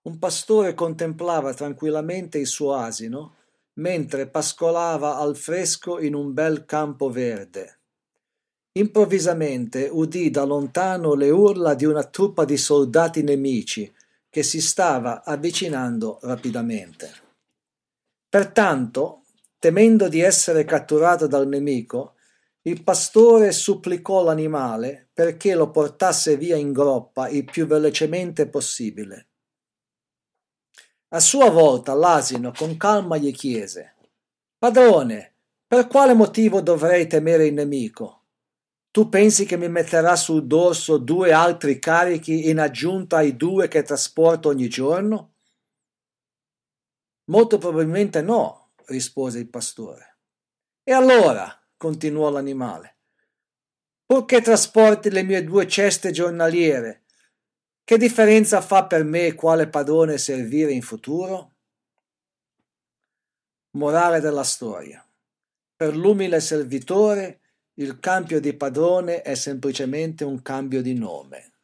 Un pastore contemplava tranquillamente il suo asino mentre pascolava al fresco in un bel campo verde. Improvvisamente udì da lontano le urla di una truppa di soldati nemici che si stava avvicinando rapidamente. Pertanto, temendo di essere catturato dal nemico, il pastore supplicò l'animale perché lo portasse via in groppa il più velocemente possibile. A sua volta l'asino con calma gli chiese: Padrone, per quale motivo dovrei temere il nemico? Tu pensi che mi metterà sul dorso 2 altri carichi in aggiunta ai 2 che trasporto ogni giorno? Molto probabilmente no, rispose il pastore. E allora, continuò l'animale, purché trasporti le mie 2 ceste giornaliere, che differenza fa per me quale padrone servire in futuro? Morale della storia. Per l'umile servitore il cambio di padrone è semplicemente un cambio di nome.